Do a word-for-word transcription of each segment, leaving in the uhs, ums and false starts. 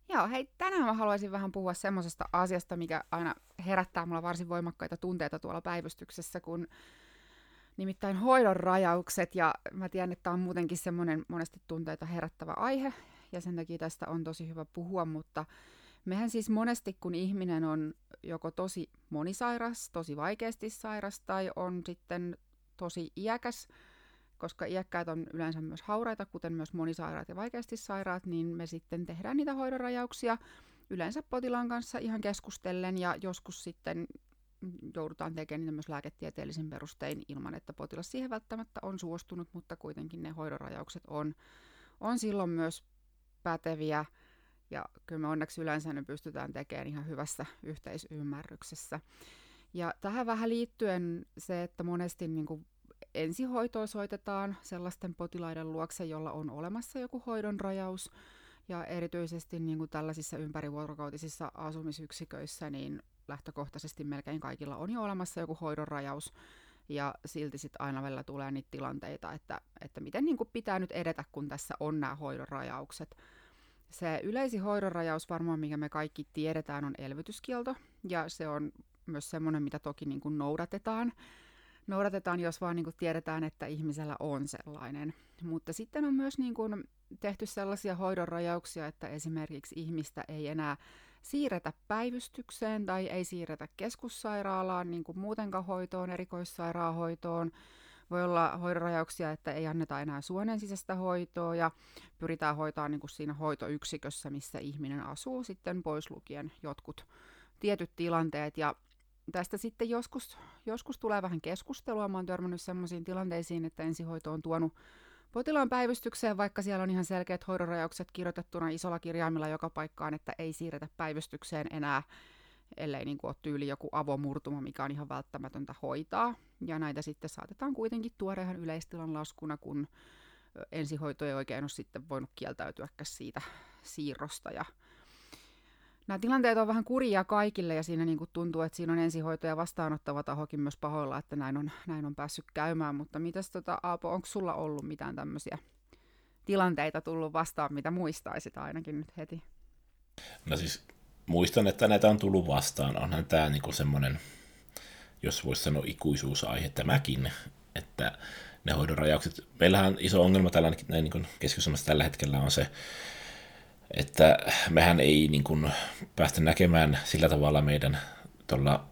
Joo, hei, tänään mä haluaisin vähän puhua semmoisesta asiasta, mikä aina herättää mulla varsin voimakkaita tunteita tuolla päivystyksessä, kun nimittäin hoidon rajaukset, ja mä tiedän, että tämä on muutenkin semmoinen monesti tunteita herättävä aihe, ja sen takia tästä on tosi hyvä puhua, mutta mehän siis monesti, kun ihminen on joko tosi monisairas, tosi vaikeasti sairas, tai on sitten tosi iäkäs, koska iäkkäät on yleensä myös hauraita, kuten myös monisairaat ja vaikeasti sairaat, niin me sitten tehdään niitä hoidonrajauksia yleensä potilaan kanssa ihan keskustellen, ja joskus sitten joudutaan tekemään niitä myös lääketieteellisin perustein ilman, että potilas siihen välttämättä on suostunut, mutta kuitenkin ne hoidonrajaukset on, on silloin myös päteviä, ja kyllä me onneksi yleensä ne pystytään tekemään ihan hyvässä yhteisymmärryksessä. Ja tähän vähän liittyen se, että monesti niin kuin ensihoitoa soitetaan sellaisten potilaiden luokse, jolla on olemassa joku hoidon rajaus. Ja erityisesti niin kuin tällaisissa ympärivuorokautisissa asumisyksiköissä, niin lähtökohtaisesti melkein kaikilla on jo olemassa joku hoidon rajaus. Ja silti sitten aina välillä tulee niitä tilanteita, että, että miten niin kuin pitää nyt edetä, kun tässä on nämä hoidon rajaukset. Se yleisin hoidon rajaus varmaan, mikä me kaikki tiedetään, on elvytyskielto. Ja se on myös semmoinen, mitä toki niin kuin noudatetaan. Noudatetaan, jos vaan niin kuin tiedetään, että ihmisellä on sellainen. Mutta sitten on myös niin kuin tehty sellaisia hoidon rajauksia, että esimerkiksi ihmistä ei enää siirretä päivystykseen tai ei siirretä keskussairaalaan, niin kuin muutenkaan hoitoon, erikoissairaanhoitoon. Voi olla hoidon rajauksia, että ei anneta enää suonen sisäistä hoitoa ja pyritään hoitaa niin kuin siinä hoitoyksikössä, missä ihminen asuu, sitten pois lukien jotkut tietyt tilanteet. Ja tästä sitten joskus, joskus tulee vähän keskustelua. Mä oon törmännyt sellaisiin tilanteisiin, että ensihoito on tuonut potilaan päivystykseen, vaikka siellä on ihan selkeät hoidonrajaukset kirjoitettuna isolla kirjaimilla joka paikkaan, että ei siirretä päivystykseen enää, ellei niin kuin ole tyyli joku avomurtuma, mikä on ihan välttämätöntä hoitaa. Ja näitä sitten saatetaan kuitenkin tuoda ihan yleistilan laskuna, kun ensihoito ei oikein ole sitten voinut kieltäytyäkään siitä siirrosta. Ja nämä tilanteet on vähän kurjia kaikille ja siinä niin kuin tuntuu, että siinä on ensihoito ja vastaanottava tahokin myös pahoilla, että näin on, näin on päässyt käymään. Mutta mitäs tota, Aapo, onko sulla ollut mitään tämmöisiä tilanteita tullut vastaan, mitä muistaisit ainakin nyt heti? No siis muistan, että näitä on tullut vastaan. Onhan tämä niinku semmoinen, jos voisi sanoa ikuisuusaihe tämäkin, että ne hoidon rajaukset. Meillähän iso ongelma tällä niin Keski-Suomessa tällä hetkellä on se, että mehän ei niin kuin päästä näkemään sillä tavalla meidän tuolla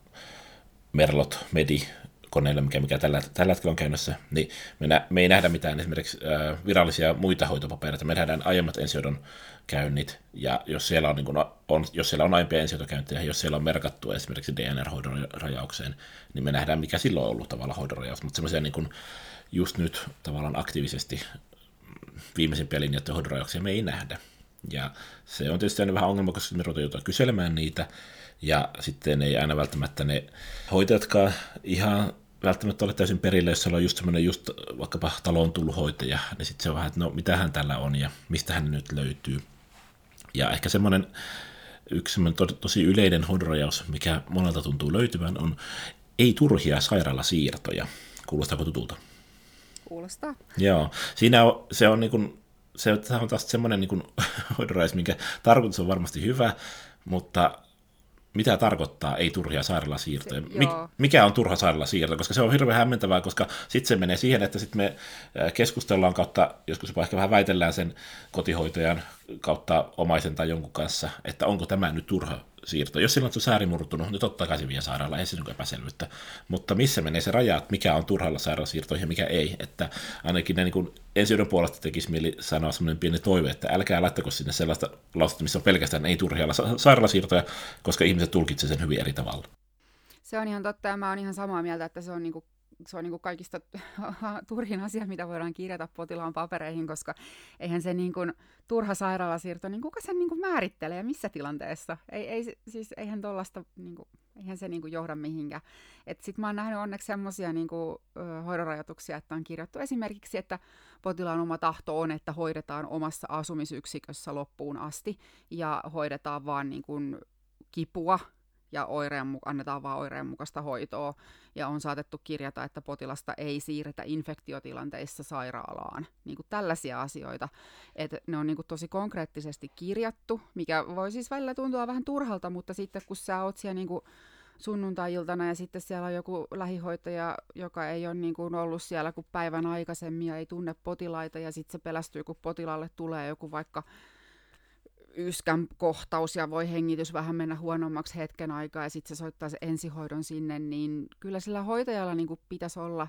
Merlot Medi koneella, mikä, mikä tällä, tällä hetkellä on käynnissä, niin me, nä, me ei nähdä mitään esimerkiksi äh, virallisia muita hoitopapereita. Me nähdään aiemmat ensihoidon käynnit, ja jos siellä on, niin kuin, on, jos siellä on aiempia ensihoitokäyntejä, jos siellä on merkattu esimerkiksi D N R-hoidon rajaukseen, niin me nähdään, mikä silloin on ollut tavallaan hoidon rajaus. Mutta semmoisia niin kuin just nyt tavallaan aktiivisesti viimeisimpiä linjoittuja hoidon rajauksia me ei nähdä. Ja se on tietysti aina vähän ongelma, koska me ruvetaan kyselemään niitä, ja sitten ei aina välttämättä ne hoitajatkaan ihan välttämättä ole täysin perillä, jos siellä on just semmoinen just vaikkapa taloon tullut hoitaja, niin sitten se on vähän, että no mitähän tällä on ja mistä hän nyt löytyy. Ja ehkä semmoinen yksi semmoinen to, tosi yleinen hoidonrajaus, mikä monelta tuntuu löytyvän, on ei turhia sairaalasiirtoja. Kuulostaako tutulta? Kuulostaa. Joo, siinä on, se on niin kuin se on taas semmoinen niin hoidonrajaus, minkä tarkoitus on varmasti hyvä, mutta mitä tarkoittaa ei turhia sairaalasiirtoja? Mik, mikä on turha sairaalasiirto? Koska se on hirveän hämmentävää, koska sitten se menee siihen, että sitten me keskustellaan kautta, joskus jopa ehkä vähän väitellään sen kotihoitajan kautta omaisen tai jonkun kanssa, että onko tämä nyt turha siirto. Jos sillä on sääri murtunut, niin totta kai se vie sairaalaan, ei siinä ole epäselvyyttä. Mutta missä menee se raja, että mikä on turhalla sairaalasiirto ja mikä ei? Että ainakin ne niin ensihoidon puolesta tekisi mieli sanoa semmoinen pieni toive, että älkää laittako sinne sellaista lausetta, missä on pelkästään ei turhia sairaalasiirtoja, koska ihmiset tulkitsevat sen hyvin eri tavalla. Se on ihan totta ja mä oon ihan samaa mieltä, että se on niinku se on niin kuin kaikista turhin asia, mitä voidaan kirjata potilaan papereihin, koska eihän se niin kuin turha sairaalasiirto, niin kuka sen niin kuin määrittelee ja missä tilanteessa? Ei, ei, siis eihän tollaista, niin kuin, eihän se niin kuin johda mihinkään. Sitten mä oon nähnyt onneksi semmoisia niin kuin, hoidonrajoituksia, että on kirjattu esimerkiksi, että potilaan oma tahto on, että hoidetaan omassa asumisyksikössä loppuun asti ja hoidetaan vaan niin kuin kipua ja oireen, annetaan vain oireen mukaista hoitoa, ja on saatettu kirjata, että potilasta ei siirretä infektiotilanteissa sairaalaan. Niin kuin tällaisia asioita, että ne on niin kuin tosi konkreettisesti kirjattu, mikä voi siis välillä tuntua vähän turhalta, mutta sitten kun sä oot siellä niin kuin sunnuntai-iltana ja sitten siellä on joku lähihoitaja, joka ei ole niin kuin ollut siellä kuin päivän aikaisemmin ja ei tunne potilaita, ja sitten se pelästyy, kun potilaalle tulee joku vaikka yskän kohtaus ja voi hengitys vähän mennä huonommaksi hetken aikaa ja sitten se soittaa se ensihoidon sinne, niin kyllä sillä hoitajalla niin kuin pitäisi olla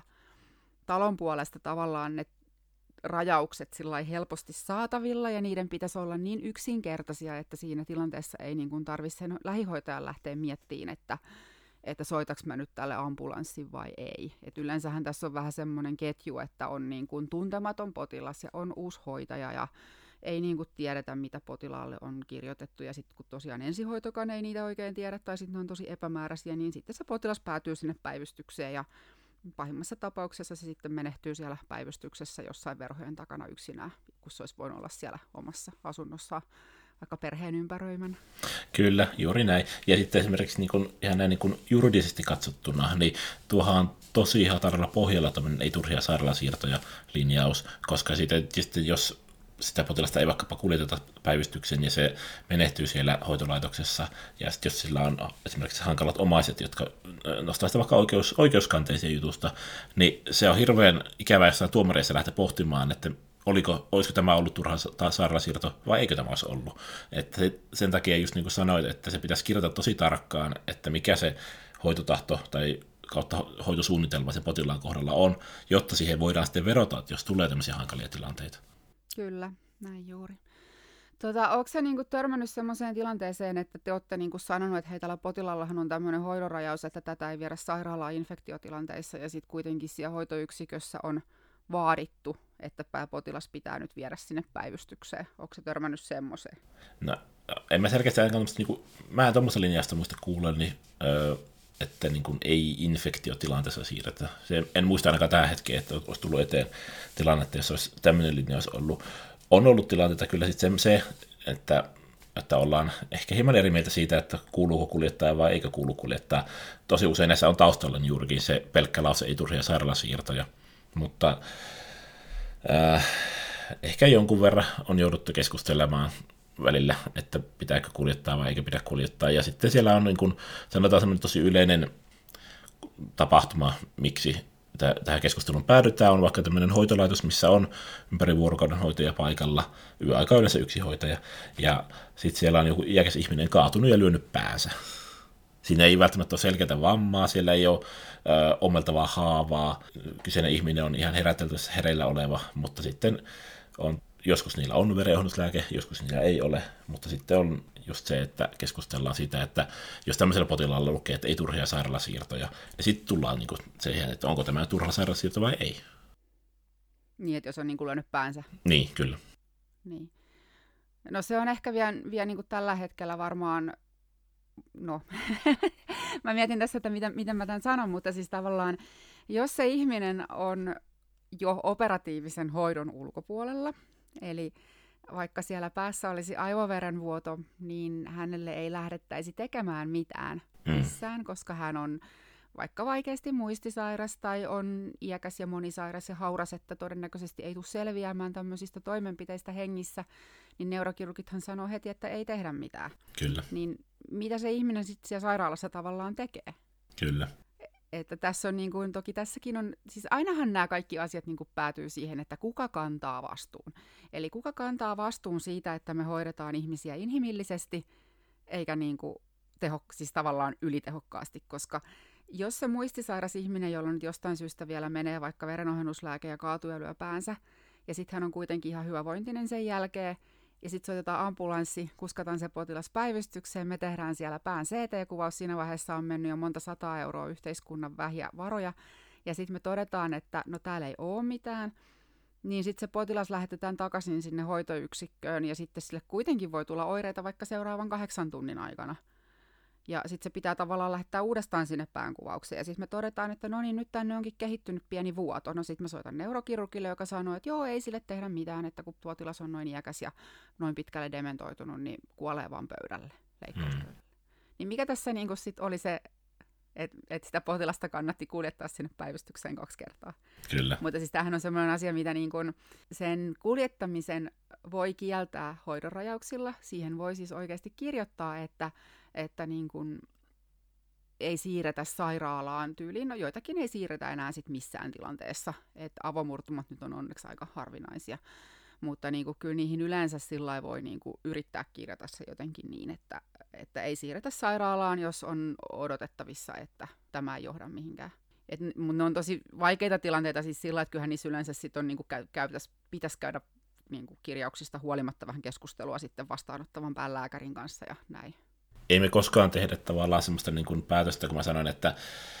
talon puolesta tavallaan ne rajaukset sillai helposti saatavilla ja niiden pitäisi olla niin yksinkertaisia, että siinä tilanteessa ei niin kuin tarvitse sen lähihoitajan lähteä miettimään, että, että soitaks mä nyt tälle ambulanssin vai ei. Et yleensähän tässä on vähän semmoinen ketju, että on niin kuin tuntematon potilas ja on uusi hoitaja ja ei niin kuin tiedetä, mitä potilaalle on kirjoitettu, ja sitten kun tosiaan ensihoitokaan ei niitä oikein tiedä, tai sitten ne on tosi epämääräisiä, niin sitten se potilas päätyy sinne päivystykseen, ja pahimmassa tapauksessa se sitten menehtyy siellä päivystyksessä jossain verhojen takana yksinään, kun se olisi voinut olla siellä omassa asunnossaan, vaikka perheen ympäröimän. Kyllä, juuri näin. Ja sitten esimerkiksi niin kuin, ihan näin niin kuin juridisesti katsottuna, niin tuohan on tosi hataralla pohjalla tämmöinen ei turhia sairaalasiirtoja linjaus, koska siitä, jos sitä potilasta ei vaikkapa kuljeteta päivystykseen ja se menehtyy siellä hoitolaitoksessa, ja sitten jos sillä on esimerkiksi hankalat omaiset, jotka nostaa sitä vaikka oikeus, oikeuskanteeseen jutusta, niin se on hirveän ikävää jossain tuomareissa lähteä pohtimaan, että oliko, olisiko tämä ollut turha sairaalasiirto vai eikö tämä olisi ollut. Että sen takia just niin kuin sanoit, että se pitäisi kirjata tosi tarkkaan, että mikä se hoitotahto tai kautta hoitosuunnitelma sen potilaan kohdalla on, jotta siihen voidaan sitten verota, jos tulee tämmöisiä hankalia tilanteita. Kyllä, näin juuri. Tota, onko sä niinku törmännyt sellaiseen tilanteeseen, että te olette niinku sanonut, että hei, tällä potilaallahan on tämmöinen hoidonrajaus, että tätä ei viedä sairaalaan infektiotilanteissa, ja sitten kuitenkin siellä hoitoyksikössä on vaadittu, että potilas pitää nyt viedä sinne päivystykseen. Onko sä törmännyt semmoiseen? No, en mä selkeästi ainakaan, niinku, mä en tuommoista linjasta muista kuulleni, öö, että niin kuin ei infektiotilanteessa siirretä. Se, en muista ainakaan tähän hetkeen, että olisi tullut eteen tilannetta, jos olisi tämmöinen linjaus ollut. On ollut tilanteita kyllä sitten se, että, että ollaan ehkä hieman eri mieltä siitä, että kuuluuko kuljettaa vai eikö kuulu kuljettaa. Tosi usein näissä on taustalla juurikin se pelkkä lause, ei turhia sairaalasiirtoja, mutta äh, ehkä jonkun verran on jouduttu keskustelemaan välillä, että pitääkö kuljettaa vai eikö pidä kuljettaa. Ja sitten siellä on niin kuin, sanotaan semmoinen tosi yleinen tapahtuma, miksi tähän keskusteluun päädytään, on vaikka tämmöinen hoitolaitos, missä on ympäri vuorokauden hoitaja paikalla, yöaika yleensä yksi hoitaja, ja sitten siellä on joku iäkäs ihminen kaatunut ja lyönyt päänsä. Siinä ei välttämättä ole selkeää vammaa, siellä ei ole ö, ommeltavaa haavaa, kyseinen ihminen on ihan heräteltävissä hereillä oleva, mutta sitten on joskus niillä on verenjohdotuslääke, joskus niillä ei ole, mutta sitten on just se, että keskustellaan siitä, että jos tämmöisellä potilaalla lukee, että ei turhia sairaalasiirtoja, ja sitten tullaan niin siihen, että onko tämä turha sairaalasiirto vai ei. Niin, että jos on niin kuin lyönyt päänsä. Niin, kyllä. Niin. No se on ehkä vielä, vielä niin kuin tällä hetkellä varmaan, no, mä mietin tässä, että miten, miten mä tämän sanon, mutta siis tavallaan, jos se ihminen on jo operatiivisen hoidon ulkopuolella, eli vaikka siellä päässä olisi aivoverenvuoto, niin hänelle ei lähdettäisi tekemään mitään missään, mm. koska hän on vaikka vaikeasti muistisairas tai on iäkäs ja monisairas ja hauras, että todennäköisesti ei tule selviämään tämmöisistä toimenpiteistä hengissä, niin neurokirurgithan sanoo heti, että ei tehdä mitään. Kyllä. Niin mitä se ihminen sitten siellä sairaalassa tavallaan tekee? Kyllä. Että tässä on niin kuin, toki tässäkin on, siis ainahan nämä kaikki asiat niin kuin päätyy siihen, että kuka kantaa vastuun. Eli kuka kantaa vastuun siitä, että me hoidetaan ihmisiä inhimillisesti, eikä niin kuin teho, siis tavallaan ylitehokkaasti, koska jos se muistisairas ihminen, jolla nyt jostain syystä vielä menee vaikka verenohennuslääke ja kaatuu ja lyö päänsä, ja sitten hän on kuitenkin ihan hyvävointinen sen jälkeen, ja sitten soitetaan ambulanssi, kuskataan se potilas päivystykseen, me tehdään siellä pään C T-kuvaus, siinä vaiheessa on mennyt jo monta sataa euroa yhteiskunnan vähiä varoja, ja sitten me todetaan, että no täällä ei ole mitään, niin sitten se potilas lähetetään takaisin sinne hoitoyksikköön, ja sitten sille kuitenkin voi tulla oireita vaikka seuraavan kahdeksan tunnin aikana. Ja sitten se pitää tavallaan lähettää uudestaan sinne päänkuvaukseen. Ja sitten me todetaan, että no niin, nyt tänne onkin kehittynyt pieni vuoto. No sitten mä soitan neurokirurgille, joka sanoo, että joo, ei sille tehdä mitään, että kun potilas on noin iäkäs ja noin pitkälle dementoitunut, niin kuolee vaan pöydälle, leikkauspöydälle. Mm. Niin mikä tässä niin kuin sit oli se, että et sitä potilasta kannatti kuljettaa sinne päivystykseen kaksi kertaa. Kyllä. Mutta siis tämähän on sellainen asia, mitä niin kuin sen kuljettamisen voi kieltää hoidonrajauksilla. Siihen voi siis oikeasti kirjoittaa, että, että niin kuin ei siirretä sairaalaan tyyliin. No joitakin ei siirretä enää sit missään tilanteessa. Että avomurtumat nyt on onneksi aika harvinaisia. Mutta niin kuin, kyllä niihin yleensä sillä voi niin kuin yrittää kirjata se jotenkin niin, että, että ei siirretä sairaalaan, jos on odotettavissa, että tämä ei johda mihinkään. Et, mutta ne on tosi vaikeita tilanteita siis sillä, että kyllähän niissä yleensä sit on, niin kuin käy, käytäs, pitäisi käydä niin kuin kirjauksista huolimatta vähän keskustelua sitten vastaanottavan päänlääkärin kanssa ja näin. Ei me koskaan tehdä tavallaan semmoista niin kuin päätöstä, kun mä sanoin, että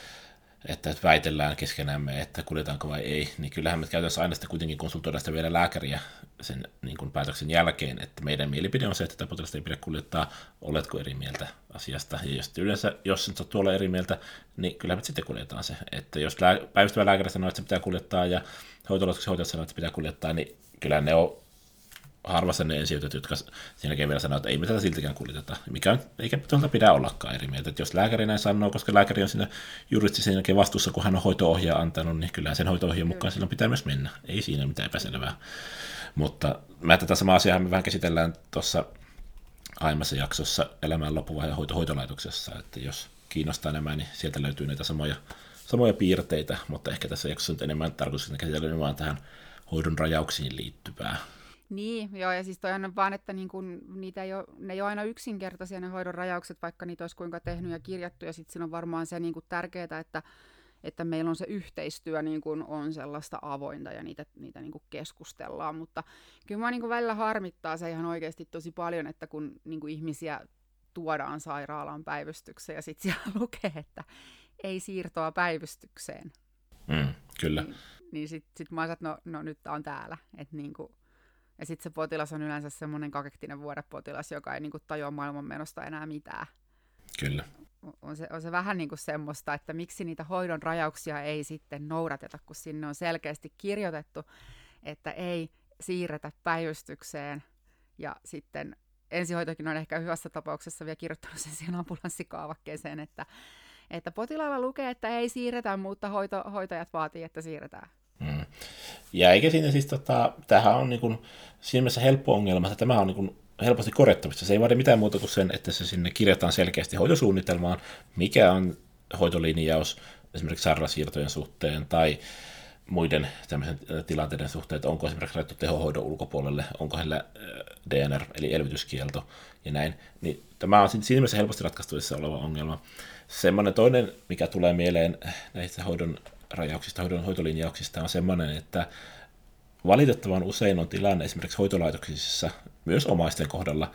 että väitellään keskenämme, että kuljetaanko vai ei, niin kyllähän me käytännössä aina sitten kuitenkin konsultoidaan sitä vielä lääkäriä sen niin kuin päätöksen jälkeen, että meidän mielipide on se, että tätä potilasta ei pidä kuljettaa, oletko eri mieltä asiasta, ja jos yleensä, jos et tuolla eri mieltä, niin kyllähän me sitten kuljetaan se, että jos lää- päivystävä lääkäri sanoo, että se pitää kuljettaa, ja hoitolaitoksen hoitajat sanoo, että se pitää kuljettaa, niin kyllä ne on harvassa ne ensihoitajat, jotka sen jälkeen vielä sanoo, että ei me tätä siltikään kuljeteta, mikä on, eikä tuolta pidä ollakaan eri mieltä. Että jos lääkäri näin sanoo, koska lääkäri on siinä juristi sen jälkeen vastuussa, kun hän on hoito-ohjaa antanut, niin kyllähän sen hoito-ohjeen mukaan silloin pitää myös mennä. Ei siinä mitään epäselvää. Mutta mä tätä samaa asiaa me vähän käsitellään tuossa aiemmassa jaksossa elämän loppuvaihe hoito- hoitolaitoksessa, että jos kiinnostaa nämä, niin sieltä löytyy näitä samoja, samoja piirteitä, mutta ehkä tässä jaksossa on enemmän tarkoitus käsitellä nimenomaan tähän hoidon rajauksiin liittyvää. Niin, joo, ja siis toi on vaan, että niin kun, niitä ei ole, ne ei ole aina yksinkertaisia ne hoidon rajaukset, vaikka niitä olisi kuinka tehnyt ja kirjattu, ja sitten siinä on varmaan se niin kun tärkeää, että, että meillä on se yhteistyö niin kun on sellaista avointa ja niitä, niitä niin kun keskustellaan, mutta kyllä minua niin kun välillä harmittaa se ihan oikeasti tosi paljon, että kun niin kun ihmisiä tuodaan sairaalaan päivystykseen ja sitten siellä lukee, että ei siirtoa päivystykseen. Mm, kyllä. Niin, niin sitten sit mä ajattelin, että no, no nyt tää on täällä, että niin kun ja sitten se potilas on yleensä semmoinen kakektinen vuodepotilas, joka ei niinku tajua maailmanmenosta enää mitään. Kyllä. On se, on se vähän niinku semmoista, että miksi niitä hoidon rajauksia ei sitten noudateta, kun sinne on selkeästi kirjoitettu, että ei siirretä päivystykseen. Ja sitten ensihoitokin on ehkä hyvässä tapauksessa vielä kirjoittanut sen siihen ambulanssikaavakkeeseen, että, että potilaalla lukee, että ei siirretä, mutta hoito, hoitajat vaatii, että siirretään. Mm. Ja eikä siinä siis, tota, tämähän on niin kuin, siinä mielessä helppo ongelma, että tämä on niin kuin helposti korjattavissa. Se ei vaadi mitään muuta kuin sen, että se sinne kirjataan selkeästi hoitosuunnitelmaan, mikä on hoitolinjaus esimerkiksi sairaalasiirtojen suhteen tai muiden tämmöisen tilanteiden suhteen, että onko esimerkiksi laittu tehohoidon ulkopuolelle, onko heillä D N R eli elvytyskielto ja näin. Niin tämä on siinä mielessä helposti ratkaistuissa oleva ongelma. Semmoinen toinen, mikä tulee mieleen näistä hoidon rajauksista, hoidon hoitolinjauksista on semmoinen, että valitettavan usein on tilanne esimerkiksi hoitolaitoksissa, myös omaisten kohdalla,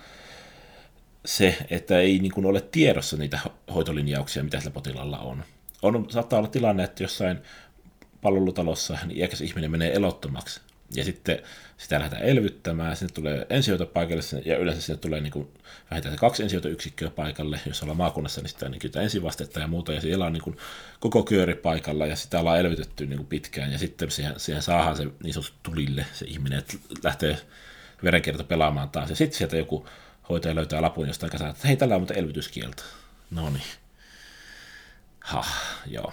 se, että ei niin kuin ole tiedossa niitä hoitolinjauksia, mitä sillä potilaalla on. on. Saattaa olla tilanne, että jossain palvelutalossa niin iäkäs ihminen menee elottomaksi, ja sitten sitä lähdetään elvyttämään, sinne tulee ensihoitopaikalle, ja yleensä sinne tulee niin kuin vähintään kaksi ensihoitoyksikköä paikalle, jos ollaan maakunnassa, niin sitä niin kysytään ensivastetta ja muuta, ja siellä on niin kuin koko kööri paikalla, ja sitä ollaan elvytetty niin kuin pitkään, ja sitten siihen, siihen saadaan se niin sanotusti tulille se ihminen, että lähtee verenkierto pelaamaan taas, ja sitten sieltä joku hoitaja löytää lapun jostain kasaan, että hei, tällä on muuten elvytyskielto. No niin. Ha, joo.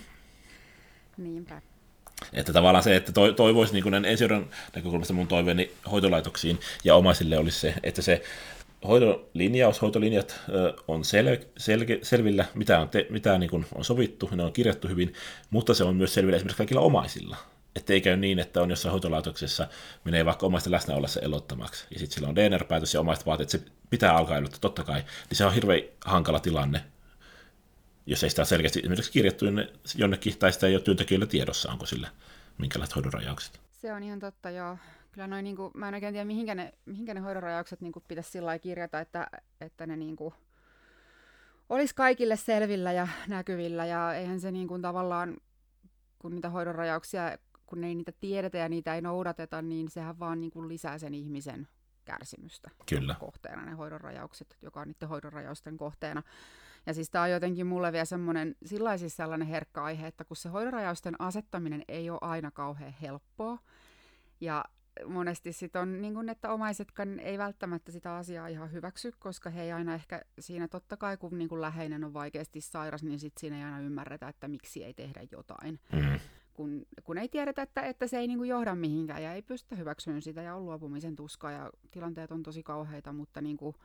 Niinpä. Että tavallaan se, että toivoisi niin kuin ensihoidon näkökulmasta mun toiveeni hoitolaitoksiin ja omaisille olisi se, että se hoitolinjaus, hoitolinjat on sel, selke, selvillä, mitä on, te, mitä niin kuin on sovittu, ne on kirjattu hyvin, mutta se on myös selvillä esimerkiksi kaikilla omaisilla. Että ei käy niin, että on jossain hoitolaitoksessa, menee vaikka omaisten läsnä olla se elottamaksi, ja sitten sillä on D N R-päätös ja omaiset vaatii, että se pitää alkaa elottaa, totta kai, niin se on hirveän hankala tilanne, jos ei sitä ole selkeästi esimerkiksi kirjattu jonnekin, tai sitä ei ole työntekijöillä tiedossa, onko sillä minkälaiset hoidonrajaukset. Se on ihan totta, joo. Kyllä noin, niin kuin, mä en oikein tiedä, mihinkä ne, mihinkä ne hoidonrajaukset niin kuin pitäisi sillä lailla kirjata, että, että ne niin kuin olisi kaikille selvillä ja näkyvillä, ja eihän se niin kuin tavallaan, kun niitä hoidonrajauksia, kun ei niitä tiedetä ja niitä ei noudateta, niin sehän vaan niin kuin lisää sen ihmisen kärsimystä. Kyllä. Kohteena ne hoidonrajaukset, joka on niiden hoidonrajausten kohteena. Ja siis tämä on jotenkin mulle vielä semmoinen, siis sellainen herkkä aihe, että kun se hoidonrajausten asettaminen ei ole aina kauhean helppoa, ja monesti sit on niin kun, että omaisetkaan ei välttämättä sitä asiaa ihan hyväksy, koska he ei aina ehkä siinä totta kai, kun niin kun läheinen on vaikeasti sairas, niin sit siinä ei aina ymmärretä, että miksi ei tehdä jotain. Mm. Kun, kun ei tiedetä, että, että se ei niin kun johda mihinkään ja ei pystytä hyväksyä sitä ja on luopumisen tuskaa ja tilanteet on tosi kauheita, mutta niin kun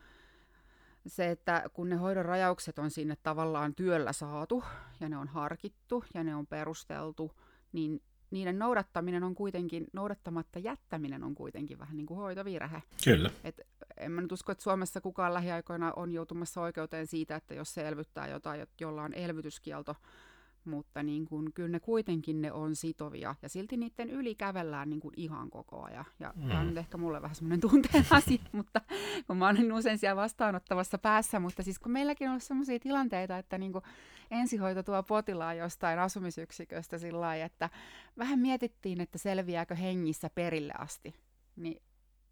se, että kun ne hoidon rajaukset on sinne tavallaan työllä saatu ja ne on harkittu ja ne on perusteltu, niin niiden noudattaminen on kuitenkin, noudattamatta jättäminen on kuitenkin vähän niin kuin hoitovirhe. Kyllä. Et en mä nyt usko, että Suomessa kukaan lähiaikoina on joutumassa oikeuteen siitä, että jos se elvyttää jotain, jolla on elvytyskielto, mutta niin kun, kyllä ne kuitenkin ne on sitovia ja silti niiden yli kävellään niin kuin ihan koko ajan. Ja mm. tämä on nyt ehkä mulle vähän semmoinen tunteen asia, mutta kun mä olen usein siellä vastaanottavassa päässä, mutta siis kun meilläkin on ollut semmoisia tilanteita, että niin kuin ensihoito tuo potilaan jostain asumisyksiköstä sillä lailla, että vähän mietittiin, että selviääkö hengissä perille asti, niin,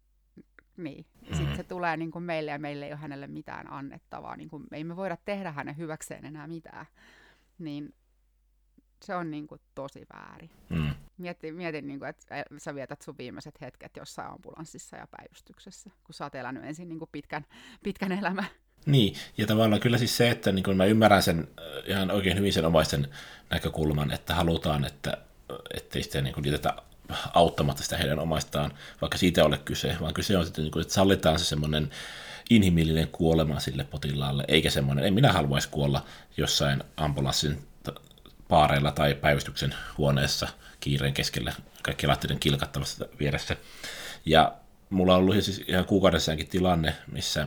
niin. Mm. sitten se tulee niin kuin meille ja meille ei ole hänelle mitään annettavaa, niin kuin ei me voida tehdä hänen hyväkseen enää mitään, niin se on niin kuin tosi väärin. Mm. Mietin, mietin niin kuin, että sä vietät sun viimeiset hetket jossain ambulanssissa ja päivystyksessä, kun sä oot elänyt ensin niin kuin pitkän, pitkän elämän. Niin, ja tavallaan kyllä siis se, että niin kuin mä ymmärrän sen ihan oikein hyvin sen omaisten näkökulman, että halutaan, että ettei sitä niin kuin jätetä auttamatta sitä heidän omaistaan, vaikka siitä ei ole kyse, vaan kyse on sitten, että sallitaan se semmoinen inhimillinen kuolema sille potilaalle, eikä semmoinen, en minä haluaisi kuolla jossain ambulanssin paareilla tai päivystyksen huoneessa kiireen keskellä, kaikki laitteiden kilkattavassa vieressä. Ja mulla on ollut siis ihan kuukaudessaankin tilanne, missä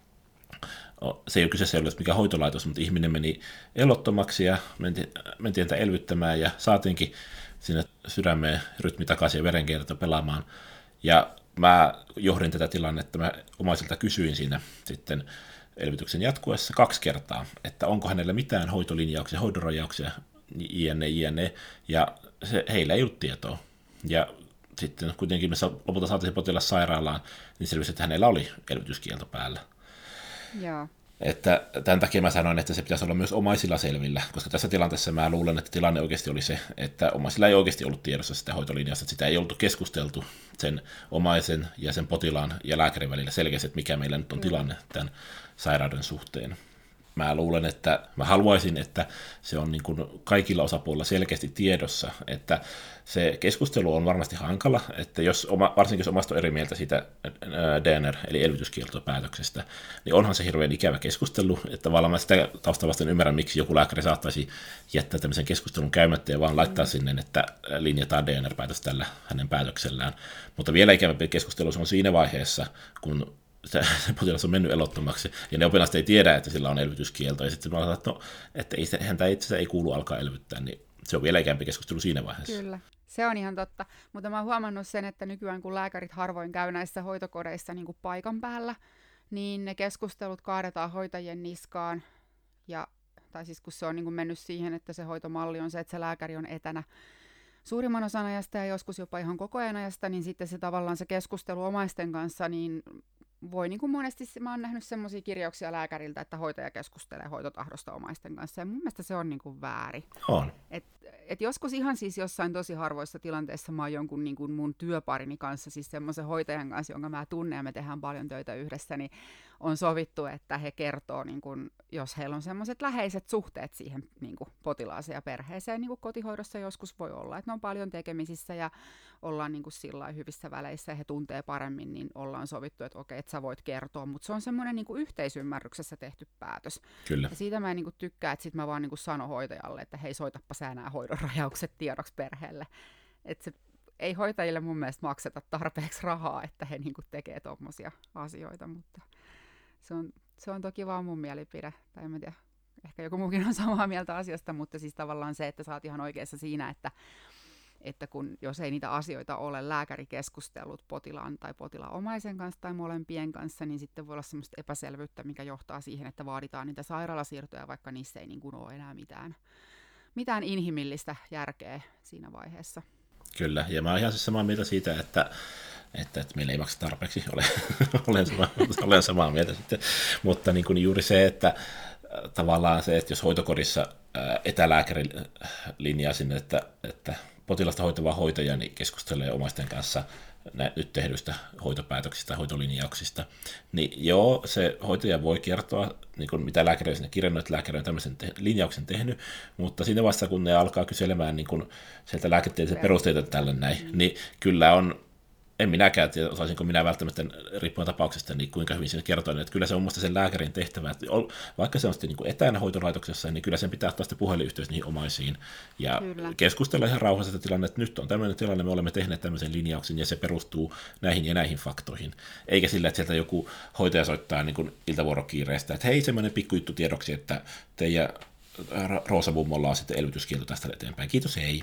se ei ole kyseessä, ei ole mikään hoitolaitos, mutta ihminen meni elottomaksi ja mentiin, mentiin häntä elvyttämään ja saatiinkin sinne sydämeen rytmi takaisin ja verenkierto pelaamaan. Ja mä johdin tätä tilannetta, mä omaisilta kysyin siinä sitten elvytyksen jatkuessa kaksi kertaa, että onko hänellä mitään hoitolinjauksia, hoidonrajauksia, jne, jne, ja se, heillä ei ollut tietoa. Ja sitten kuitenkin me lopulta saatiin potilas sairaalaan, niin selvisi, että hänellä oli elvytyskielto päällä. Joo. Että tämän takia mä sanoin, että se pitäisi olla myös omaisilla selvillä, koska tässä tilanteessa mä luulen, että tilanne oikeasti oli se, että omaisilla ei oikeasti ollut tiedossa sitä hoitolinjasta, että sitä ei ollut keskusteltu sen omaisen ja sen potilaan ja lääkärin välillä selkeästi, että mikä meillä nyt on tilanne tämän sairauden suhteen. Mä luulen, että mä haluaisin, että se on niin kuin kaikilla osapuolilla selkeästi tiedossa, että se keskustelu on varmasti hankala, että jos oma, varsinkin jos omasta on eri mieltä siitä D N R, eli elvytyskieltopäätöksestä, niin onhan se hirveän ikävä keskustelu, että tavallaan mä sitä taustaa vasten ymmärrän, miksi joku lääkäri saattaisi jättää tämmöisen keskustelun käymättä ja vaan laittaa mm. sinne, että linjataan D N R-päätös tällä hänen päätöksellään. Mutta vielä ikävämpi keskustelu on siinä vaiheessa, kun se potilas on mennyt elottomaksi, ja ne oppilaat ei tiedä, että sillä on elvytyskielto, ja sitten mä sanoin, että, no, että ei, häntä itse asiassa ei kuulu alkaa elvyttää, niin se on vielä ikämpi keskustelu siinä vaiheessa. Kyllä, se on ihan totta, mutta mä oon huomannut sen, että nykyään kun lääkärit harvoin käy näissä hoitokodeissa niin kuin paikan päällä, niin ne keskustelut kaadetaan hoitajien niskaan, ja, tai siis kun se on niin kuin mennyt siihen, että se hoitomalli on se, että se lääkäri on etänä suurimman osan ajasta ja joskus jopa ihan koko ajan ajasta, niin sitten se tavallaan se keskustelu omaisten kanssa, niin voi niin kuin monesti, mä oon nähnyt semmoisia kirjauksia lääkäriltä, että hoitaja keskustelee hoitotahdosta omaisten kanssa, ja mun mielestä se on niin kuin väärin. On. Et, et joskus ihan siis jossain tosi harvoissa tilanteissa mä oon jonkun niin kuin mun työparini kanssa, siis semmoisen hoitajan kanssa, jonka mä tunnen ja me tehdään paljon töitä yhdessä, niin on sovittu, että he kertoo, niin kuin, jos heillä on semmoiset läheiset suhteet siihen niin kuin potilaaseen ja perheeseen, niin kuin kotihoidossa joskus voi olla, että ne on paljon tekemisissä ja ollaan niin kuin sillain hyvissä väleissä ja he tuntee paremmin, niin ollaan sovittu, että okei, että sä voit kertoa, mutta se on semmoinen niin kuin yhteisymmärryksessä tehty päätös. Kyllä. Ja siitä mä en niin kuin tykkää, että sit mä vaan niin kuin sanon hoitajalle, että hei, soitappa sä nämä hoidon rajaukset tiedoksi perheelle. Että se ei hoitajille mun mielestä makseta tarpeeksi rahaa, että he niin kuin tekee tommosia asioita, mutta se on, se on toki vaan mun mielipide, tai en mä tiedä, ehkä joku muukin on samaa mieltä asiasta, mutta siis tavallaan se, että sä oot ihan oikeassa siinä, että että kun, jos ei niitä asioita ole lääkärikeskustelut potilaan tai potilaan omaisen kanssa tai molempien kanssa, niin sitten voi olla semmoista epäselvyyttä, mikä johtaa siihen, että vaaditaan niitä sairaalasiirtoja, vaikka niissä ei niin kuin ole enää mitään, mitään inhimillistä järkeä siinä vaiheessa. Kyllä, ja mä oon ihan siis samaa mieltä siitä, että, että, että meillä ei maksa tarpeeksi, olen, olen, samaa, olen samaa mieltä sitten, mutta niin kuin juuri se, että tavallaan se, että jos hoitokodissa etälääkäri linjaa sinne, että, että potilasta hoitava hoitaja niin keskustelee omaisten kanssa nyt tehdyistä hoitopäätöksistä, hoitolinjauksista, niin joo, se hoitaja voi kertoa, niin kuin mitä lääkäri on sinne kirjannut, että lääkäri on tämmöisen te- linjauksen tehnyt, mutta siinä vaiheessa, kun ne alkaa kyselemään niin kuin sieltä lääketieteellisiä perusteita tälle näin, mm. niin kyllä on, en minäkään tiedä, osaisinko minä välttämättä riippuen tapauksesta, niin kuinka hyvin sinne kertoo, että kyllä se on musta sen lääkärin tehtävä, että vaikka se on sitten niin kuin etänä hoitolaitoksessa, niin kyllä sen pitää ottaa sitten puhelinyhteys niihin omaisiin ja kyllä. keskustella ihan rauhassa sitä tilanne, että nyt on tämmöinen tilanne, me olemme tehneet tämmöisen linjauksen ja se perustuu näihin ja näihin faktoihin. Eikä sillä, että sieltä joku hoitaja soittaa niin kuin iltavuorokiireestä, että hei, semmoinen pikkujuttu tiedoksi, että teidän Roosa-mummolla on sitten elvytyskielto tästä eteenpäin. Kiitos, hei.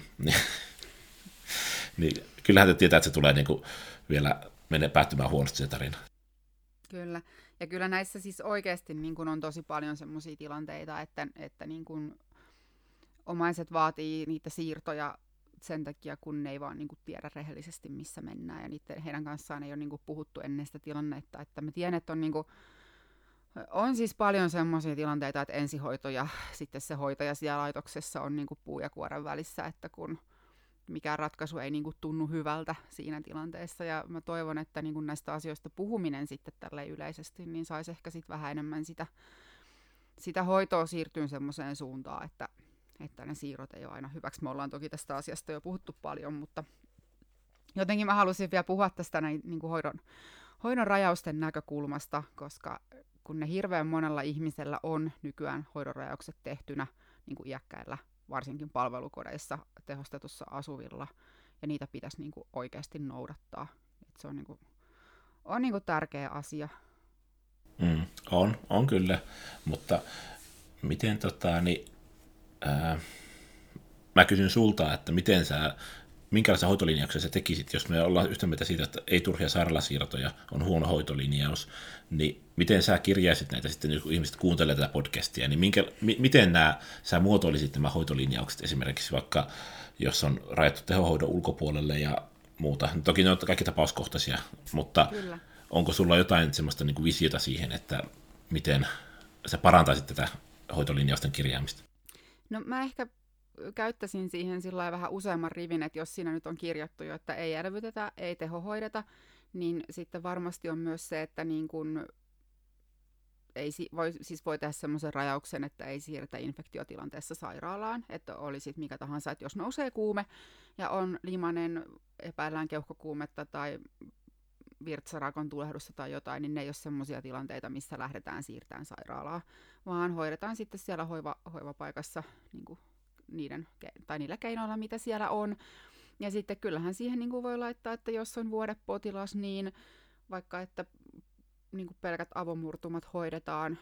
Niin kyllähän te tietää, että se tulee niin kuin vielä menee päättymään huonosti se tarina. Kyllä. Ja kyllä näissä siis oikeasti niin kuin on tosi paljon semmoisia tilanteita, että, että niin kuin omaiset vaatii niitä siirtoja sen takia, kun ne ei vaan niin kuin tiedä rehellisesti, missä mennään. Ja niiden, heidän kanssaan ei ole niin kuin puhuttu ennen sitä tilannetta. Että mä tiedän, että on, niin kuin, on siis paljon semmoisia tilanteita, että ensihoito ja sitten se hoitaja siellä laitoksessa on niin kuin puu ja kuoren välissä, että kun mikään ratkaisu ei niin kuin tunnu hyvältä siinä tilanteessa, ja mä toivon, että niin kuin näistä asioista puhuminen sitten tälleen yleisesti, niin saisi ehkä sitten vähän enemmän sitä, sitä hoitoa siirtyyn semmoiseen suuntaan, että, että ne siirrot ei ole aina hyväksi. Me ollaan toki tästä asiasta jo puhuttu paljon, mutta jotenkin mä halusin vielä puhua tästä näin, niin kuin hoidon, hoidon rajausten näkökulmasta, koska kun ne hirveän monella ihmisellä on nykyään hoidon rajaukset tehtynä niin kuin iäkkäillä, varsinkin palvelukodeissa tehostetussa asuvilla, ja niitä pitäisi niin kuin oikeasti noudattaa. Et se on, niin kuin, on niin kuin tärkeä asia. Mm, on, on kyllä, mutta miten tota, niin, ää, mä kysyn sulta, että miten sä, minkälaisen hoitolinjauksen sä tekisit, jos me ollaan yhtä mieltä siitä, että ei turhia sairaalasiirtoja, on huono hoitolinjaus, niin miten sä kirjaisit näitä sitten, kun ihmiset kuuntelee tätä podcastia, niin minkä, mi, miten nämä, sä muotoilisit nämä hoitolinjaukset esimerkiksi vaikka, jos on rajattu tehohoidon ulkopuolelle ja muuta. Toki ne on kaikki tapauskohtaisia, mutta kyllä. Onko sulla jotain semmoista niin kuin visiota siihen, että miten sä parantaisit tätä hoitolinjausten kirjaamista? No mä ehkä käyttäisin siihen sillä vähän useamman rivin, että jos siinä nyt on kirjattu jo, että ei elvytetä, ei tehohoideta, niin sitten varmasti on myös se, että niin kun ei voi, siis voi tehdä semmoisen rajauksen, että ei siirretä infektiotilanteessa sairaalaan, että olisi mikä tahansa, että jos nousee kuume ja on limanen, epäillään keuhkokuumetta tai virtsarakon tulehdusta tai jotain, niin ne ei ole semmoisia tilanteita, missä lähdetään siirtämään sairaalaa, vaan hoidetaan sitten siellä hoiva, hoivapaikassa niin kuin niiden, tai niillä keinoilla, mitä siellä on. Ja sitten kyllähän siihen niin kuin voi laittaa, että jos on vuodepotilas, niin vaikka että niin kuin pelkät avomurtumat hoidetaan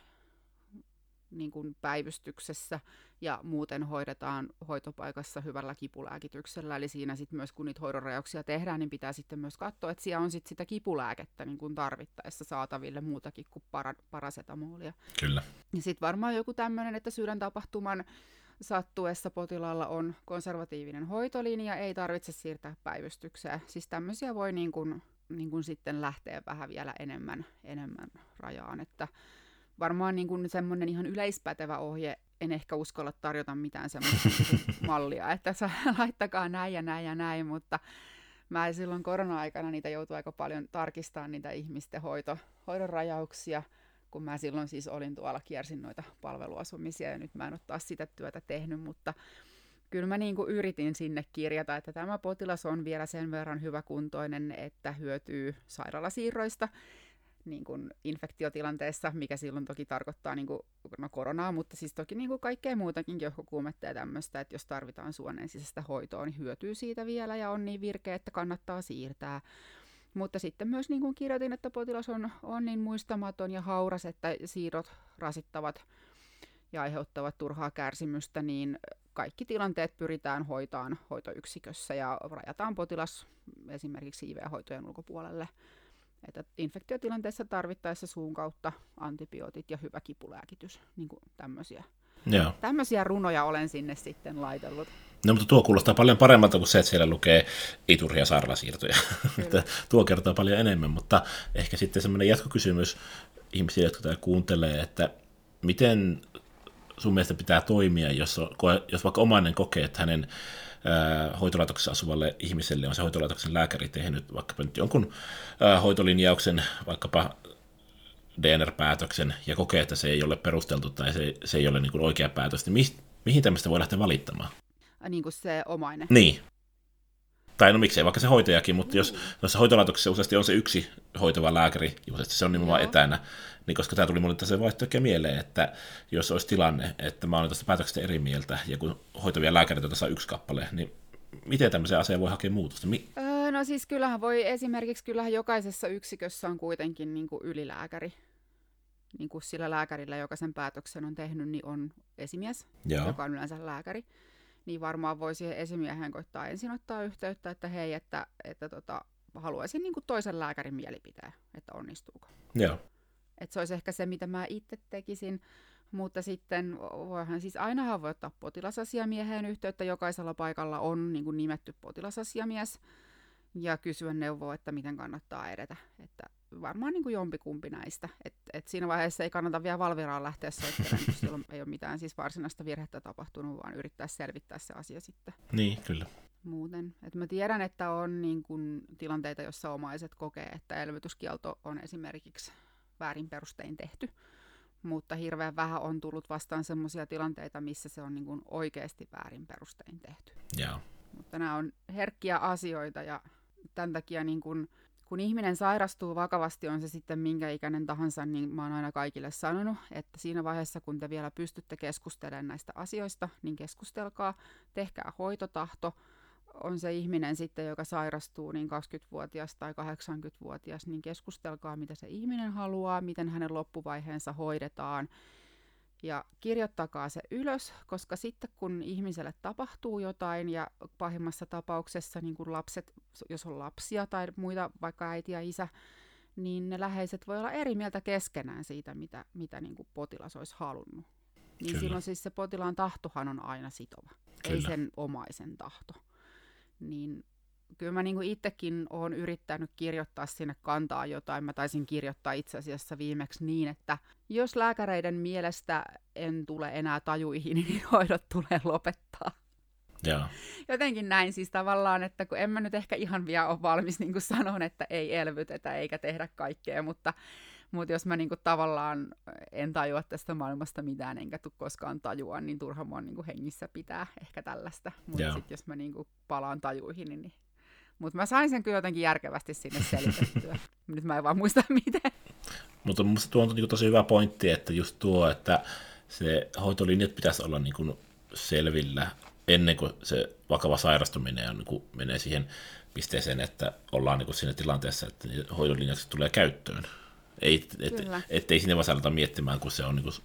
niin kuin päivystyksessä ja muuten hoidetaan hoitopaikassa hyvällä kipulääkityksellä. Eli siinä sitten myös kun niitä hoidonrajauksia tehdään, niin pitää sitten myös katsoa, että siellä on sitten sitä kipulääkettä niin kuin tarvittaessa saataville muutakin kuin para- parasetamolia. Kyllä. Ja sitten varmaan joku tämmöinen, että sydäntapahtuman sattuessa potilaalla on konservatiivinen hoitolinja, ei tarvitse siirtää päivystykseen. Siis tämmöisiä voi niin kuin, niin kuin sitten lähteä vähän vielä enemmän, enemmän rajaan, että varmaan niin kuin semmoinen ihan yleispätevä ohje, en ehkä uskalla tarjota mitään semmoista mallia, että laittakaa näin ja näin ja näin, mutta mä silloin korona-aikana niitä joutui aika paljon tarkistamaan niitä ihmisten hoito, hoidon rajauksia, kun mä silloin siis olin tuolla, kiersin noita palveluasumisia ja nyt mä en ole taas sitä työtä tehnyt, mutta kyllä mä niin kuin yritin sinne kirjata, että tämä potilas on vielä sen verran hyväkuntoinen, että hyötyy sairaalasiirroista niin kuin infektiotilanteessa, mikä silloin toki tarkoittaa niin kuin, no koronaa, mutta siis toki niin kuin kaikkea muutakin, keuhkokuumetta ja tämmöistä, että jos tarvitaan suonen sisäistä hoitoa, niin hyötyy siitä vielä ja on niin virkeä, että kannattaa siirtää. Mutta sitten myös niin kuin kirjoitin, että potilas on, on niin muistamaton ja hauras, että siirrot rasittavat ja aiheuttavat turhaa kärsimystä, niin kaikki tilanteet pyritään hoitaan hoitoyksikössä ja rajataan potilas esimerkiksi I V-hoitojen ulkopuolelle. Että infektiotilanteessa tarvittaessa suun kautta antibiootit ja hyvä kipulääkitys, niin kuin tämmöisiä. Joo. Tämmöisiä runoja olen sinne sitten laitellut. No, mutta tuo kuulostaa paljon paremmalta kuin se, että siellä lukee ei turhia sairaalasiirtoja. Tuo kertoo paljon enemmän, mutta ehkä sitten semmoinen jatkokysymys ihmisille, jotka täällä kuuntelee, että miten sun mielestä pitää toimia, jos, on, jos vaikka omainen kokee, että hänen ää, hoitolaitoksessa asuvalle ihmiselle on se hoitolaitoksen lääkäri tehnyt vaikkapa nyt jonkun ää, hoitolinjauksen, vaikkapa D N R-päätöksen, ja kokee, että se ei ole perusteltu tai se, se ei ole niin kuin oikea päätös, niin mi, mihin tämmöistä voi lähteä valittamaan? A, niin kuin se omainen. Niin. Tai no miksei, vaikka se hoitajakin, mutta jos noissa hoitolaitoksissa useasti on se yksi hoitava lääkäri, useasti se on nimenomaan Joo. etänä, niin koska tämä tuli mulle tässä vaihtoehtoja mieleen, että jos olisi tilanne, että mä olen tästä päätöksestä eri mieltä, ja kun hoitavia lääkäreitä tässä on yksi kappale, niin miten tämmöiseen asiaan voi hakea muutosta? Mi- öö, no siis kyllähän voi, esimerkiksi kyllähän jokaisessa yksikössä on kuitenkin niin kuin ylilääkäri. Niin kuin sillä lääkärillä, joka sen päätöksen on tehnyt, niin on esimies, Joo. joka on yleensä lääkäri. Niin varmaan voi siihen esimieheen koittaa ensin ottaa yhteyttä, että hei, että, että tota, haluaisin niin kuin toisen lääkärin mielipiteen, että onnistuuko. Joo. Että se olisi ehkä se, mitä mä itse tekisin, mutta sitten voihan siis ainahan voi ottaa potilasasiamieheen yhteyttä. Jokaisella paikalla on niin kuin nimetty potilasasiamies ja kysyä neuvoa, että miten kannattaa edetä. Että varmaan niin kuin jompikumpi näistä. Et, et siinä vaiheessa ei kannata vielä Valviraan lähteä soittelemaan, kun silloin ei ole mitään siis varsinaista virhettä tapahtunut, vaan yrittää selvittää se asia sitten. Niin, kyllä. Muuten. Et mä tiedän, että on niin kuin tilanteita, joissa omaiset kokee, että elvytyskielto on esimerkiksi väärin perustein tehty, mutta hirveän vähän on tullut vastaan semmoisia tilanteita, missä se on niin kuin oikeasti väärin perustein tehty. Joo. Mutta nämä on herkkiä asioita ja tämän takia niin kun, kun ihminen sairastuu vakavasti, on se sitten minkä ikäinen tahansa, niin mä oon aina kaikille sanonut, että siinä vaiheessa, kun te vielä pystytte keskustelemaan näistä asioista, niin keskustelkaa, tehkää hoitotahto. On se ihminen sitten, joka sairastuu, niin kaksikymmentävuotias tai kahdeksankymmentävuotias, niin keskustelkaa, mitä se ihminen haluaa, miten hänen loppuvaiheensa hoidetaan. Ja kirjoittakaa se ylös, koska sitten kun ihmiselle tapahtuu jotain ja pahimmassa tapauksessa niin kun lapset, jos on lapsia tai muita, vaikka äiti ja isä, niin ne läheiset voi olla eri mieltä keskenään siitä, mitä, mitä niin kun potilas olisi halunnut. Niin Kyllä. silloin siis se potilaan tahtohan on aina sitova, Kyllä. ei sen omaisen tahto. Niin kyllä mä niin kuin itsekin olen yrittänyt kirjoittaa sinne kantaa jotain. Mä taisin kirjoittaa itse asiassa viimeksi niin, että jos lääkäreiden mielestä en tule enää tajuihin, niin hoidot tulee lopettaa. Joo. Jotenkin näin siis tavallaan, että kun en mä nyt ehkä ihan vielä ole valmis niin kuin sanon, että ei elvytetä eikä tehdä kaikkea, mutta, mutta jos mä niin kuin tavallaan en tajua tästä maailmasta mitään enkä tule koskaan tajua, niin turha mua niin kuin hengissä pitää ehkä tällaista. Mutta sitten jos mä niin kuin palaan tajuihin, niin... niin mutta mä sain sen kyllä jotenkin järkevästi sinne selitettyä. Nyt mä en vaan muista miten. Mutta minusta tuo on tosi hyvä pointti, että just tuo, että se hoitolinjat pitäisi olla niin kuin selvillä ennen kuin se vakava sairastuminen on, niin kuin menee siihen pisteeseen, että ollaan niin kuin siinä tilanteessa, että hoitolinjaksi tulee käyttöön. Ei, et, ettei sinne vaan saada miettimään, kun se on niin kuin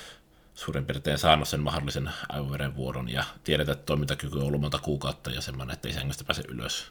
suurin piirtein saanut sen mahdollisen aivoverenvuodon ja tiedetään, että toimintakyky on ollut monta kuukautta ja semmoinen, että ei sängystä pääse ylös.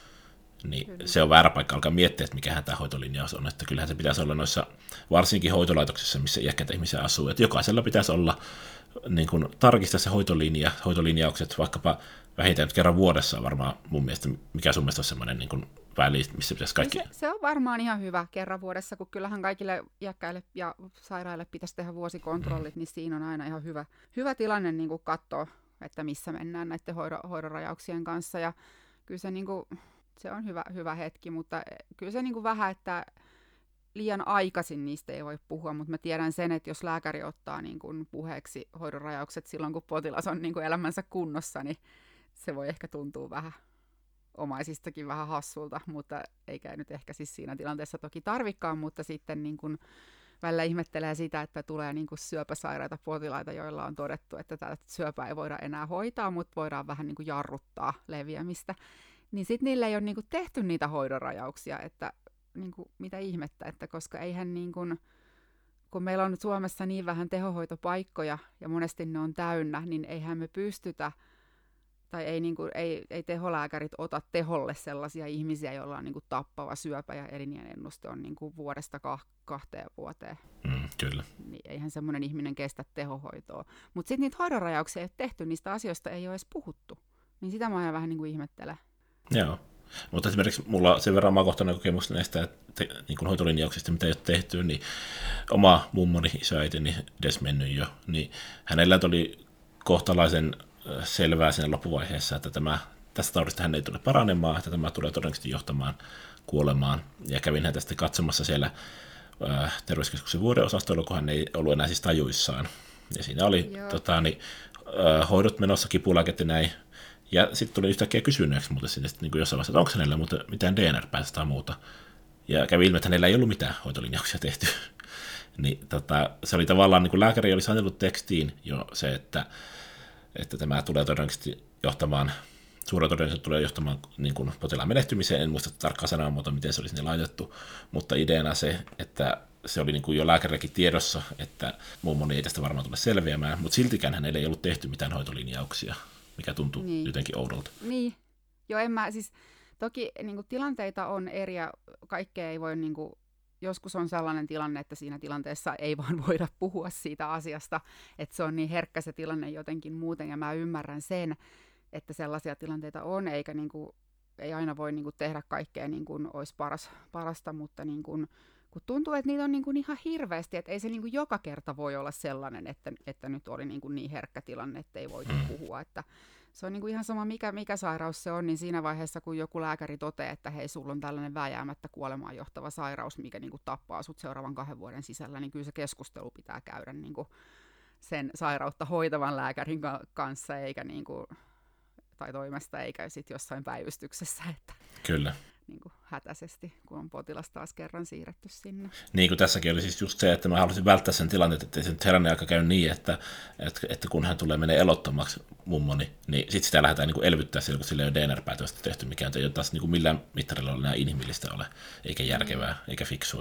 Niin Kyllä. se on väärä paikka alkaa miettiä, että mikähän tämä hoitolinjaus on. Että kyllähän se pitäisi olla noissa, varsinkin hoitolaitoksissa, missä iäkkäitä ihmisiä asuu. Että jokaisella pitäisi olla niin kuin, tarkistaa se hoitolinja, hoitolinjaukset vaikkapa vähintään kerran vuodessa varmaan mun mielestä. Mikä sun mielestä on semmoinen niin kuin väli, missä pitäisi kaikki... Se, se on varmaan ihan hyvä kerran vuodessa, kun kyllähän kaikille iäkkäille ja sairaille pitäisi tehdä vuosikontrollit, mm. niin siinä on aina ihan hyvä, hyvä tilanne niin kuin katsoa, että missä mennään näiden hoidon, hoidon rajauksien kanssa. Ja kyllä se... Niin kuin, Se on hyvä, hyvä hetki, mutta kyllä se niin kuin vähän, että liian aikaisin niistä ei voi puhua, mutta mä tiedän sen, että jos lääkäri ottaa niin kuin puheeksi hoidon rajaukset silloin, kun potilas on niin kuin elämänsä kunnossa, niin se voi ehkä tuntua vähän omaisistakin vähän hassulta, mutta eikä nyt ehkä siis siinä tilanteessa toki tarvikaan, mutta sitten niin kuin välillä ihmettelee sitä, että tulee niin kuin syöpäsairaita potilaita, joilla on todettu, että tätä syöpää ei voida enää hoitaa, mutta voidaan vähän niin kuin jarruttaa leviämistä. Niin sitten niille ei ole niinku tehty niitä hoidonrajauksia, että niinku, mitä ihmettä, että koska eihän niinku, kun meillä on nyt Suomessa niin vähän tehohoitopaikkoja ja monesti ne on täynnä, niin eihän me pystytä, tai ei, niinku, ei, ei teholääkärit ota teholle sellaisia ihmisiä, joilla on niinku tappava syöpä ja eliniänennuste on niinku vuodesta kah- kahteen vuoteen. Mm, kyllä. Niin eihän semmoinen ihminen kestä tehohoitoa. Mutta sitten niitä hoidonrajauksia ei ole tehty, niistä asioista ei ole edes puhuttu. Niin sitä mä aina vähän niinku ihmettelen. Joo, mutta esimerkiksi mulla on sen verran omakohtainen kokemus näistä te, niin kuin hoitolinjauksista, mitä ei ole tehty, niin oma mummoni, isoäitini, edes mennyt jo, niin hänellä oli kohtalaisen selvää siinä loppuvaiheessa, että tämä, tästä taudista hän ei tule paranemaan, että tämä tulee todennäköisesti johtamaan kuolemaan. Ja kävin häntä sitten katsomassa siellä äh, terveyskeskuksen vuodeosastoilla, kun hän ei ollut enää siis tajuissaan. Ja siinä oli tota, niin, äh, hoidot menossa, kipulääkettä näin. Ja sitten tuli yhtäkkiä kysyneeksi muuten sinne, niin kuin jossain vaiheessa, että onko hänellä muuten mitään D N R-päätöstä tai muuta. Ja kävi ilmi, että hänellä ei ollut mitään hoitolinjauksia tehty. Niin, tota, se oli tavallaan, niin kuin lääkäri oli sanellut tekstiin jo se, että, että tämä tulee todennäköisesti johtamaan, suurella todennäköisesti tulee johtamaan niin kuin potilaan menehtymiseen. En muista tarkkaan sanamuotoa, miten se oli sinne laitettu, mutta ideana se, että se oli niin kuin jo lääkärilläkin tiedossa, että mummoni ei tästä varmaan tule selviämään, mutta siltikään hänellä ei ollut tehty mitään hoitolinjauksia, mikä tuntuu niin. jotenkin oudolta. Niin, joo en mä, siis toki niin kuin tilanteita on eri ja kaikkea ei voi, niin kuin, joskus on sellainen tilanne, että siinä tilanteessa ei vaan voida puhua siitä asiasta, että se on niin herkkä se tilanne jotenkin muuten ja mä ymmärrän sen, että sellaisia tilanteita on, eikä niin kuin, ei aina voi niin kuin tehdä kaikkea niin kuin olisi paras, parasta, mutta niin kuin, kun tuntuu, että niitä on niin kuin ihan hirveästi, että ei se niin kuin joka kerta voi olla sellainen, että, että nyt oli niin, kuin niin herkkä tilanne, että ei voitu puhua. Että se on niin kuin ihan sama, mikä, mikä sairaus se on, niin siinä vaiheessa, kun joku lääkäri toteaa, että hei, sulla on tällainen vääjäämättä kuolemaan johtava sairaus, mikä niin kuin tappaa sut seuraavan kahden vuoden sisällä, niin kyllä se keskustelu pitää käydä niin kuin sen sairautta hoitavan lääkärin ka- kanssa, eikä niin kuin, tai toimesta, eikä sitten jossain päivystyksessä. Että Kyllä. Niin kuin hätäisesti, kun on potilas taas kerran siirretty sinne. Niin kuin tässäkin oli siis just se, että mä halusin välttää sen tilanteen, että ei se nyt herännyt aika käy niin, että, että, että kun hän tulee menee elottomaksi mummoni, niin sitten sitä lähdetään niin kuin elvyttää sillä, kun sillä ei ole D N R-päätöstä tehty, mikä ei ole taas niin kuin millään mittarilla ole enää inhimillistä ole, eikä järkevää, mm. eikä fiksua.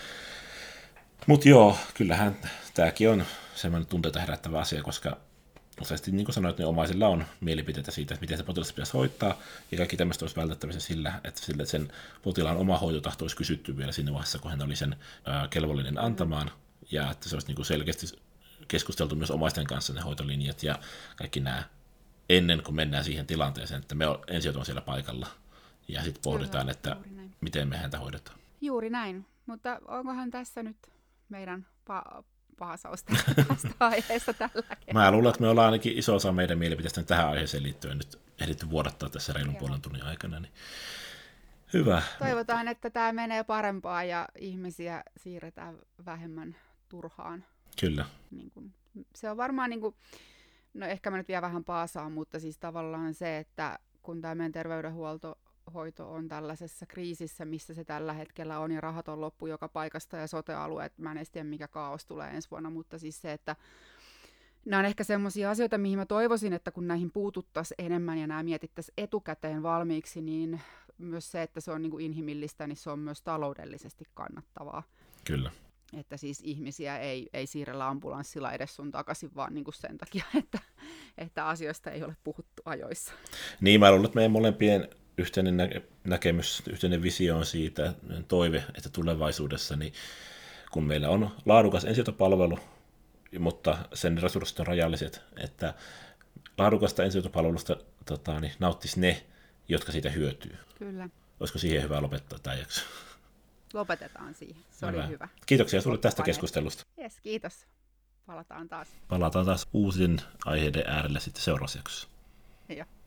Mutta joo, kyllähän tämäkin on semmoinen tunteita herättävä asia, koska useasti, niin kuin sanoit, niin omaisilla on mielipiteitä siitä, että miten se potilas pitäisi hoitaa, ja kaikki tämmöistä olisi vältettävissä sillä, että sillä sen potilaan oma hoitotahto olisi kysytty vielä siinä vaiheessa, kun hän oli sen ää, kelvollinen antamaan, ja että se olisi niin kuin selkeästi keskusteltu myös omaisten kanssa ne hoitolinjat ja kaikki nämä, ennen kuin mennään siihen tilanteeseen, että me ensin on siellä paikalla, ja sitten pohditaan, että miten me häntä hoidetaan. Juuri näin, mutta onkohan tässä nyt meidän pa- pahasaus tästä aiheesta tällä kertaa? Mä luulen, että me ollaan ainakin iso osa meidän mielipiteistä tähän aiheeseen liittyen nyt ehditty vuodattaa tässä reilun Joo. puolen tunnin aikana. Niin hyvä. Toivotaan, että tämä menee parempaa ja ihmisiä siirretään vähemmän turhaan. Kyllä. Niin kun, se on varmaan, niin kun, no ehkä mä nyt vielä vähän paasaan, mutta siis tavallaan se, että kun tämä meidän terveydenhuolto hoito on tällaisessa kriisissä, missä se tällä hetkellä on, ja rahat on loppu joka paikasta, ja sote-alueet, mä en edes tiedä, mikä kaos tulee ensi vuonna, mutta siis se, että nämä on ehkä semmoisia asioita, mihin mä toivoisin, että kun näihin puututtaisiin enemmän, ja nämä mietittäisiin etukäteen valmiiksi, niin myös se, että se on niin kuin inhimillistä, niin se on myös taloudellisesti kannattavaa. Kyllä. Että siis ihmisiä ei, ei siirrellä ambulanssilla edes sun takaisin, vaan niin kuin sen takia, että, että asioista ei ole puhuttu ajoissa. Niin, mä luulen, että meidän molempien yhteinen nä- näkemys, yhteinen visio on siitä, toive, että tulevaisuudessa, niin kun meillä on laadukas ensihoitopalvelu, mutta sen resurssit on rajalliset, että laadukasta ensihoitopalvelusta tota, niin nauttisi ne, jotka siitä hyötyy. Kyllä. Olisiko siihen hyvä lopettaa tämä jakso? Lopetetaan siihen. Se hyvä. Oli hyvä. Kiitoksia sinulle tästä keskustelusta. Yes, kiitos. Palataan taas. Palataan taas uusien aiheiden äärelle sitten seuraavassa jaksossa. Joo.